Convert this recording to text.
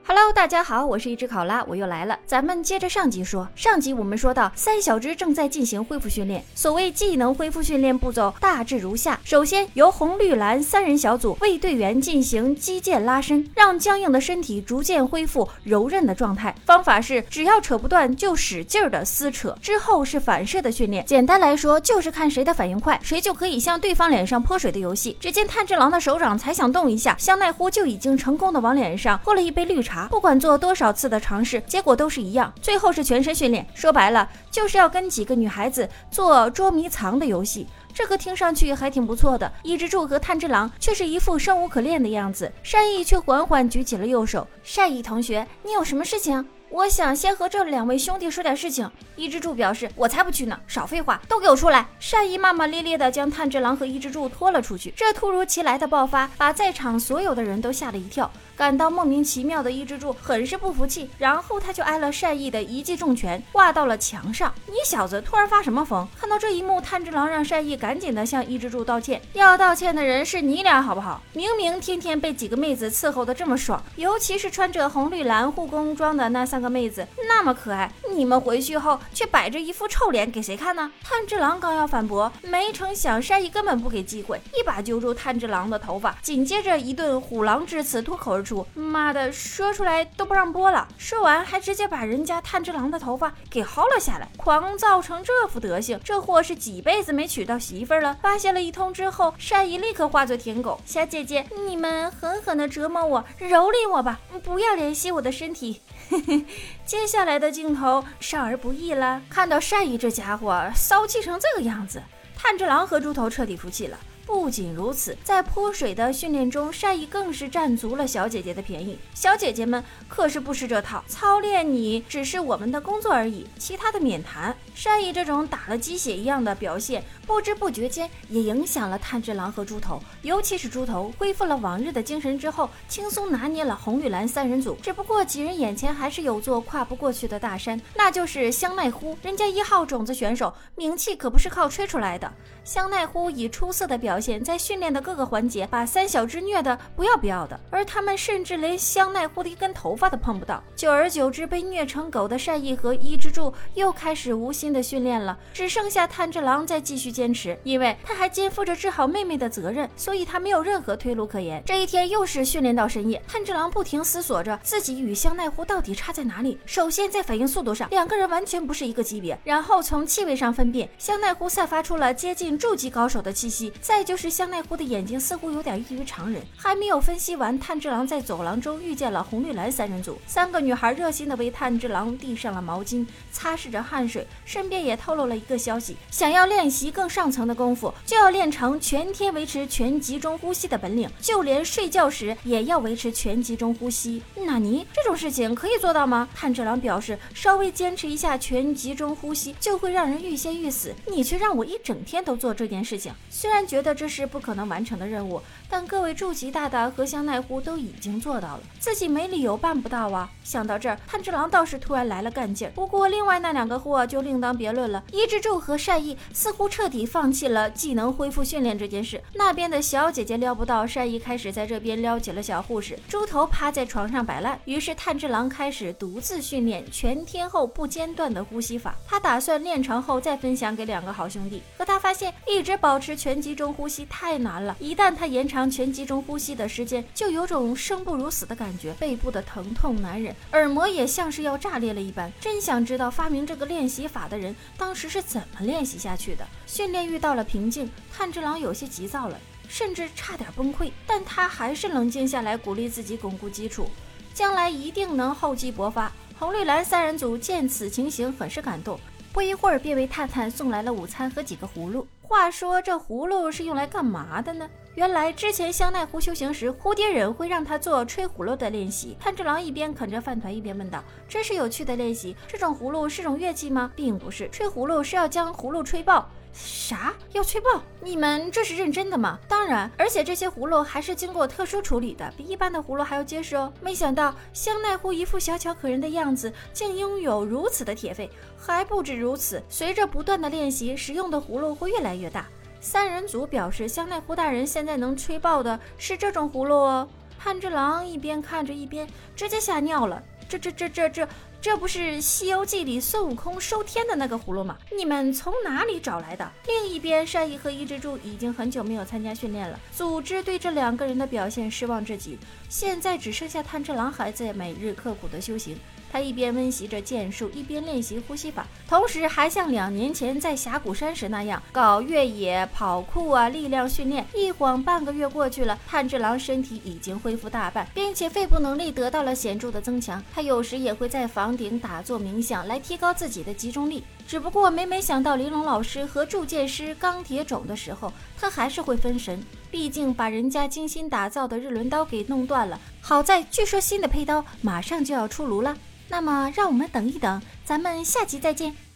Hello， 大家好，我是一只考拉，我又来了。咱们接着上集说，上集我们说到三小只正在进行恢复训练。所谓技能恢复训练步骤大致如下：首先由红绿蓝三人小组为队员进行肌腱拉伸，让僵硬的身体逐渐恢复柔韧的状态。方法是只要扯不断就使劲的撕扯。之后是反射的训练，简单来说就是看谁的反应快，谁就可以向对方脸上泼水的游戏。只见炭治郎的手掌才想动一下，香奈乎就已经成功的往脸上泼了一杯绿茶。不管做多少次的尝试，结果都是一样。最后是全身训练，说白了就是要跟几个女孩子做捉迷藏的游戏。这个听上去还挺不错的。伊之助和炭治郎却是一副生无可恋的样子，善意却缓缓举起了右手。善意同学，你有什么事情？我想先和这两位兄弟说点事情。伊之助表示，我才不去呢，少废话，都给我出来。善意骂骂咧咧地将炭治郎和伊之助拖了出去。这突如其来的爆发把在场所有的人都吓了一跳，感到莫名其妙的伊之助很是不服气，然后他就挨了善意的一记重拳，挂到了墙上。你小子突然发什么疯？看到这一幕，炭治郎让善意赶紧的向伊之助道歉，要道歉的人是你俩好不好？明明天天被几个妹子伺候的这么爽，尤其是穿着红绿蓝护工装的那三个妹子那么可爱，你们回去后却摆着一副臭脸给谁看呢？炭治郎刚要反驳，没成想善意根本不给机会，一把揪住炭治郎的头发，紧接着一顿虎狼之词脱口而出，妈的，说出来都不让播了。说完还直接把人家炭治郎的头发给薅了下来，狂躁成这副德行，这货是几辈子没娶到媳妇了。发泄了一通之后，善意立刻化作舔狗，小姐姐，你们狠狠的折磨我，蹂躏我吧，不要怜惜我的身体。接下来的镜头少儿不宜了，看到善意这家伙骚气成这个样子，炭治郎和猪头彻底服气了。不仅如此，在泼水的训练中，善意更是占足了小姐姐的便宜。小姐姐们可是不吃这套，操练你只是我们的工作而已，其他的免谈。善意这种打了鸡血一样的表现，不知不觉间也影响了炭治郎和猪头，尤其是猪头恢复了往日的精神之后，轻松拿捏了红绿蓝三人组。只不过几人眼前还是有座跨不过去的大山，那就是香奈乎。人家1号种子选手名气可不是靠吹出来的。香奈乎以出色的表现，在训练的各个环节把三小只虐得不要不要的，而他们甚至连香奈乎的一根头发都碰不到。久而久之，被虐成狗的善意和伊之助又开始无心的训练了，只剩下炭治郎在继续坚持，因为他还肩负着治好妹妹的责任，所以他没有任何退路可言。这一天又是训练到深夜，炭治郎不停思索着自己与香奈乎到底差在哪里。首先在反应速度上，两个人完全不是一个级别，然后从气味上分辨，香奈乎散发出了接近筑基高手的气息，再就是香奈乎的眼睛似乎有点异于常人。还没有分析完，炭治郎在走廊中遇见了红绿蓝三人组，三个女孩热心的为炭治郎递上了毛巾，擦拭着汗水，身边也透露了一个消息，想要练习更上层的功夫，就要练成全天维持全集中呼吸的本领，就连睡觉时也要维持全集中呼吸。纳尼？这种事情可以做到吗？炭治郎表示，稍微坚持一下全集中呼吸就会让人欲仙欲死，你却让我一整天都做这件事情。虽然觉得这是不可能完成的任务，但各位筑吉大大和香奈乎都已经做到了，自己没理由办不到啊。想到这儿，炭治郎倒是突然来了干劲儿。不过另外那两个货就另当别论了，伊之助和善意似乎彻底放弃了技能恢复训练这件事。那边的小姐姐撩不到，善意开始在这边撩起了小护士，猪头趴在床上摆烂。于是炭治郎开始独自训练全天候不间断的呼吸法，他打算练成后再分享给两个好兄弟。可他发现一直保持全集中呼吸太难了，一旦他延长全集中呼吸的时间，就有种生不如死的感觉，背部的疼痛难忍，耳膜也像是要炸裂了一般。真想知道发明这个练习法的人当时是怎么练习下去的。训练遇到了瓶颈，炭治郎有些急躁了，甚至差点崩溃，但他还是冷静下来，鼓励自己巩固基础，将来一定能厚积薄发。红绿蓝三人组见此情形很是感动，不一会儿便为探探送来了午餐和几个葫芦。话说这葫芦是用来干嘛的呢？原来之前香奈乎修行时，蝴蝶忍会让他做吹葫芦的练习。炭治郎一边啃着饭团一边问道，真是有趣的练习，这种葫芦是种乐器吗？并不是，吹葫芦是要将葫芦吹爆。啥？要吹爆？你们这是认真的吗？当然，而且这些葫芦还是经过特殊处理的，比一般的葫芦还要结实哦。没想到香奈乎一副小巧可人的样子，竟拥有如此的铁肺。还不止如此，随着不断的练习，使用的葫芦会越来越大。三人组表示，香奈乎大人现在能吹爆的是这种葫芦哦。 炭治郎一边看着一边直接吓尿了。这不是《西游记》里孙悟空收天的那个葫芦吗？你们从哪里找来的？另一边，善逸和伊之助已经很久没有参加训练了，组织对这2个人的表现失望至极。现在只剩下炭治郎还在每日刻苦的修行。他一边温习着剑术，一边练习呼吸法，同时还像2年前在峡谷山时那样搞越野、跑酷力量训练。一晃半个月过去了，炭治郎身体已经恢复大半，并且肺部能力得到了显著的增强。他有时也会在房顶打坐冥想，来提高自己的集中力。只不过每想到玲珑老师和铸剑师钢铁种的时候，他还是会分神。毕竟把人家精心打造的日轮刀给弄断了，好在据说新的配刀马上就要出炉了。那么让我们等一等，咱们下集再见。